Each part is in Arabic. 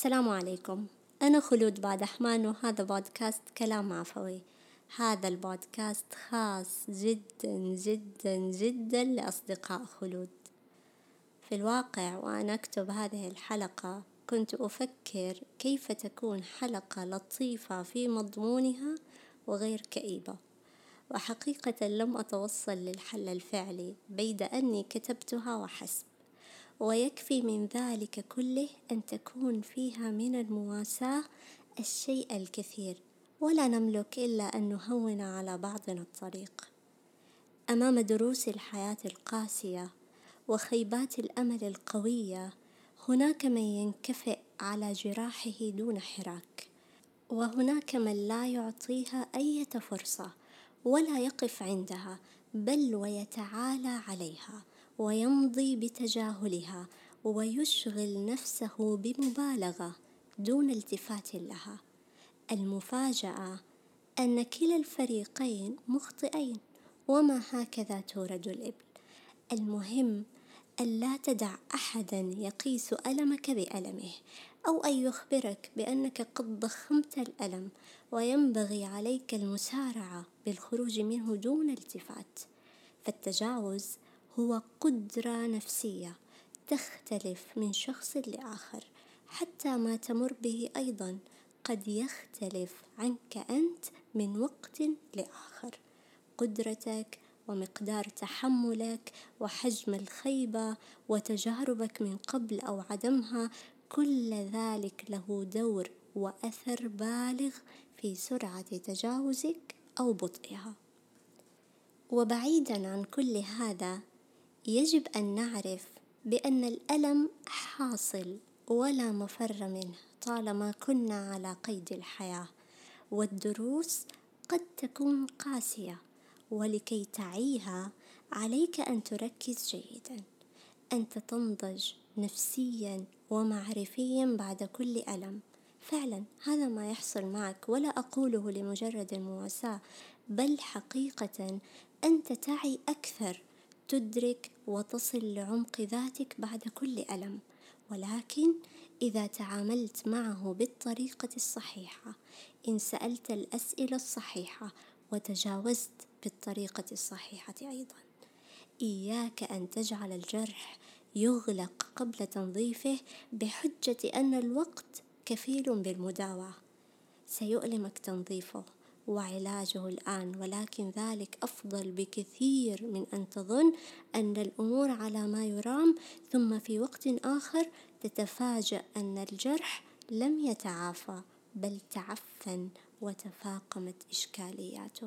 السلام عليكم. أنا خلود بادحمان وهذا بودكاست كلام عفوي. هذا البودكاست خاص جدا جدا جدا لأصدقاء خلود. في الواقع وأنا أكتب هذه الحلقة كنت أفكر كيف تكون حلقة لطيفة في مضمونها وغير كئيبة، وحقيقة لم أتوصل للحل الفعلي بيد أني كتبتها وحسب. ويكفي من ذلك كله أن تكون فيها من المواساة الشيء الكثير، ولا نملك إلا أن نهون على بعضنا الطريق. أمام دروس الحياة القاسية وخيبات الأمل القوية، هناك من ينكفئ على جراحه دون حراك، وهناك من لا يعطيها أي فرصة ولا يقف عندها، بل ويتعالى عليها ويمضي بتجاهلها ويشغل نفسه بمبالغة دون التفات لها. المفاجأة أن كلا الفريقين مخطئين، وما هكذا تورد الإبل. المهم ألا تدع أحدا يقيس ألمك بألمه، أو أن يخبرك بأنك قد ضخمت الألم، وينبغي عليك المسارعة بالخروج منه دون التفات. فالتجاوز هو قدرة نفسية تختلف من شخص لآخر، حتى ما تمر به أيضا قد يختلف عنك أنت من وقت لآخر. قدرتك ومقدار تحملك وحجم الخيبة وتجاربك من قبل أو عدمها، كل ذلك له دور وأثر بالغ في سرعة تجاوزك أو بطئها. وبعيدا عن كل هذا، يجب أن نعرف بأن الألم حاصل ولا مفر منه طالما كنا على قيد الحياة، والدروس قد تكون قاسية، ولكي تعيها عليك أن تركز جيدا. أنت تنضج نفسيا ومعرفيا بعد كل ألم. فعلا هذا ما يحصل معك، ولا أقوله لمجرد المواساة، بل حقيقة أنت تعي أكثر، تدرك وتصل لعمق ذاتك بعد كل ألم. ولكن إذا تعاملت معه بالطريقة الصحيحة، إن سألت الأسئلة الصحيحة وتجاوزت بالطريقة الصحيحة أيضا. إياك أن تجعل الجرح يغلق قبل تنظيفه بحجة أن الوقت كفيل بالمداواة. سيؤلمك تنظيفه وعلاجه الآن، ولكن ذلك أفضل بكثير من أن تظن أن الأمور على ما يرام، ثم في وقت آخر تتفاجأ أن الجرح لم يتعافى بل تعفن وتفاقمت إشكالياته.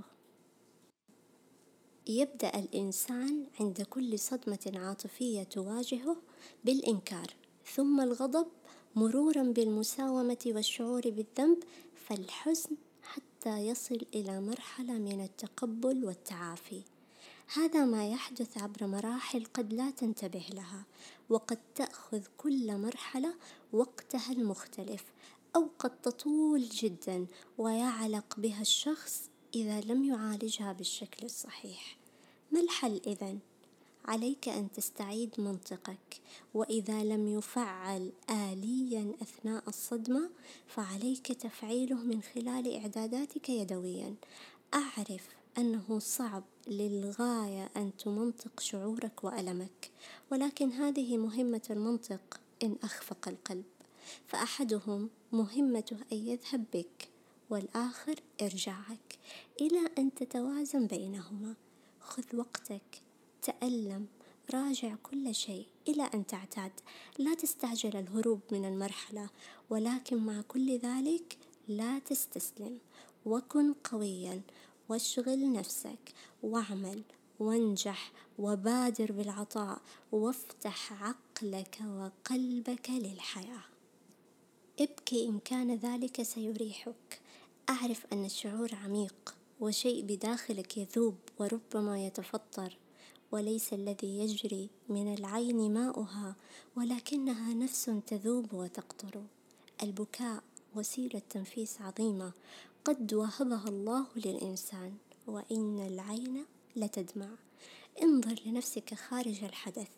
يبدأ الإنسان عند كل صدمة عاطفية تواجهه بالإنكار، ثم الغضب، مرورا بالمساومة والشعور بالذنب، فالحزن، حتى يصل إلى مرحلة من التقبل والتعافي. هذا ما يحدث عبر مراحل قد لا تنتبه لها، وقد تأخذ كل مرحلة وقتها المختلف، أو قد تطول جدا ويعلق بها الشخص إذا لم يعالجها بالشكل الصحيح. ما الحل إذن؟ عليك أن تستعيد منطقك، وإذا لم يفعل آليا أثناء الصدمة فعليك تفعيله من خلال إعداداتك يدويا. أعرف أنه صعب للغاية أن تمنطق شعورك وألمك، ولكن هذه مهمة المنطق إن أخفق القلب. فأحدهم مهمته أن يذهب بك، والآخر إرجاعك، إلى أن تتوازن بينهما. خذ وقتك، تألم، راجع كل شيء إلى أن تعتاد. لا تستعجل الهروب من المرحلة، ولكن مع كل ذلك لا تستسلم، وكن قويا، واشغل نفسك، واعمل، وانجح، وبادر بالعطاء، وافتح عقلك وقلبك للحياة. ابكي إن كان ذلك سيريحك. أعرف أن الشعور عميق، وشيء بداخلك يذوب وربما يتفطر، وليس الذي يجري من العين ماؤها، ولكنها نفس تذوب وتقطر. البكاء وسيلة تنفيس عظيمة قد وهبها الله للإنسان، وإن العين لتدمع. انظر لنفسك خارج الحدث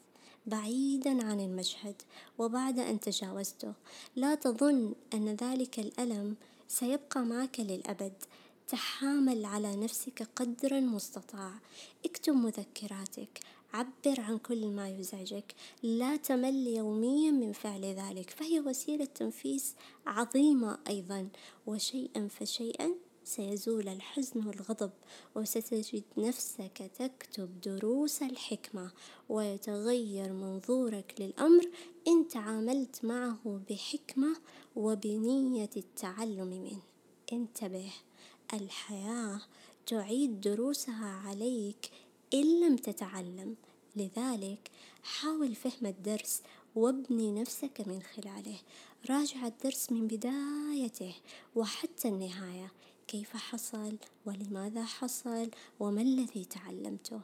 بعيداً عن المشهد. وبعد أن تجاوزته لا تظن أن ذلك الألم سيبقى معك للأبد. تحامل على نفسك قدر المستطاع، اكتب مذكراتك، عبر عن كل ما يزعجك، لا تمل يوميا من فعل ذلك، فهي وسيلة تنفيس عظيمة أيضا. وشيئا فشيئا سيزول الحزن والغضب، وستجد نفسك تكتب دروس الحكمة، ويتغير منظورك للأمر إن تعاملت معه بحكمة وبنية التعلم منه. انتبه، الحياة تعيد دروسها عليك إن لم تتعلم، لذلك حاول فهم الدرس وابني نفسك من خلاله. راجع الدرس من بدايته وحتى النهاية، كيف حصل ولماذا حصل وما الذي تعلمته.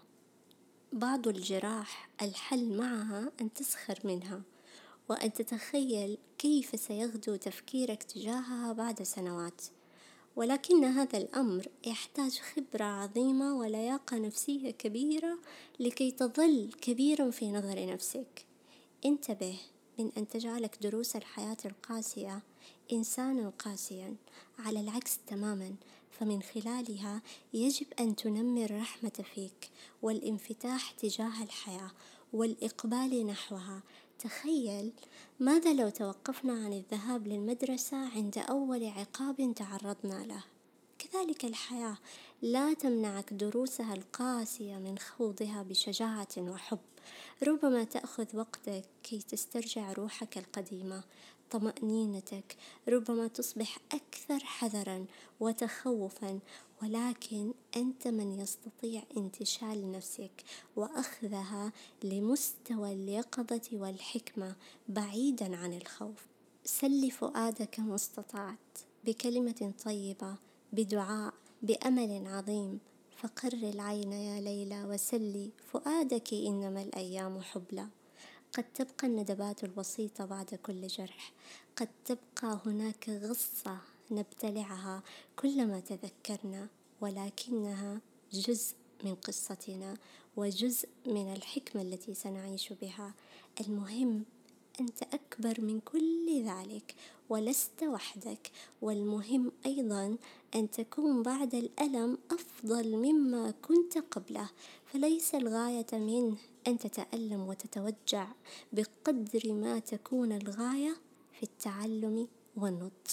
بعض الجراح الحل معها أن تسخر منها، وأن تتخيل كيف سيغدو تفكيرك تجاهها بعد سنوات، ولكن هذا الأمر يحتاج خبرة عظيمة ولياقة نفسية كبيرة لكي تظل كبيرا في نظر نفسك. انتبه من أن تجعلك دروس الحياة القاسية إنسانا قاسيا، على العكس تماما، فمن خلالها يجب أن تنمي الرحمة فيك والانفتاح تجاه الحياة والإقبال نحوها. تخيل ماذا لو توقفنا عن الذهاب للمدرسة عند أول عقاب تعرضنا له. كذلك الحياة لا تمنعك دروسها القاسية من خوضها بشجاعة وحب. ربما تأخذ وقتك كي تسترجع روحك القديمة، طمأنينتك، ربما تصبح أكثر حذرا وتخوفا، ولكن أنت من يستطيع انتشال نفسك وأخذها لمستوى اليقظة والحكمة بعيدا عن الخوف. سل فؤادك ما استطعت بكلمة طيبة، بدعاء، بأمل عظيم. فقر العين يا ليلى وسلي فؤادك، إنما الأيام حبلى. قد تبقى الندبات البسيطة بعد كل جرح، قد تبقى هناك غصة نبتلعها كلما تذكرنا، ولكنها جزء من قصتنا وجزء من الحكمة التي سنعيش بها. المهم أنت أكبر من كل ذلك ولست وحدك، والمهم أيضا أن تكون بعد الألم أفضل مما كنت قبله، فليس الغاية منه أن تتألم وتتوجع بقدر ما تكون الغاية في التعلم والنضج.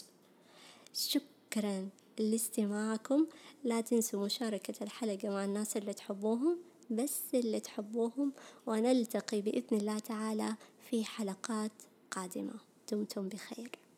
شكرا لاستماعكم. لا تنسوا مشاركة الحلقة مع الناس اللي تحبوهم، بس اللي تحبوهم، ونلتقي بإذن الله تعالى في حلقات قادمة. دمتم بخير.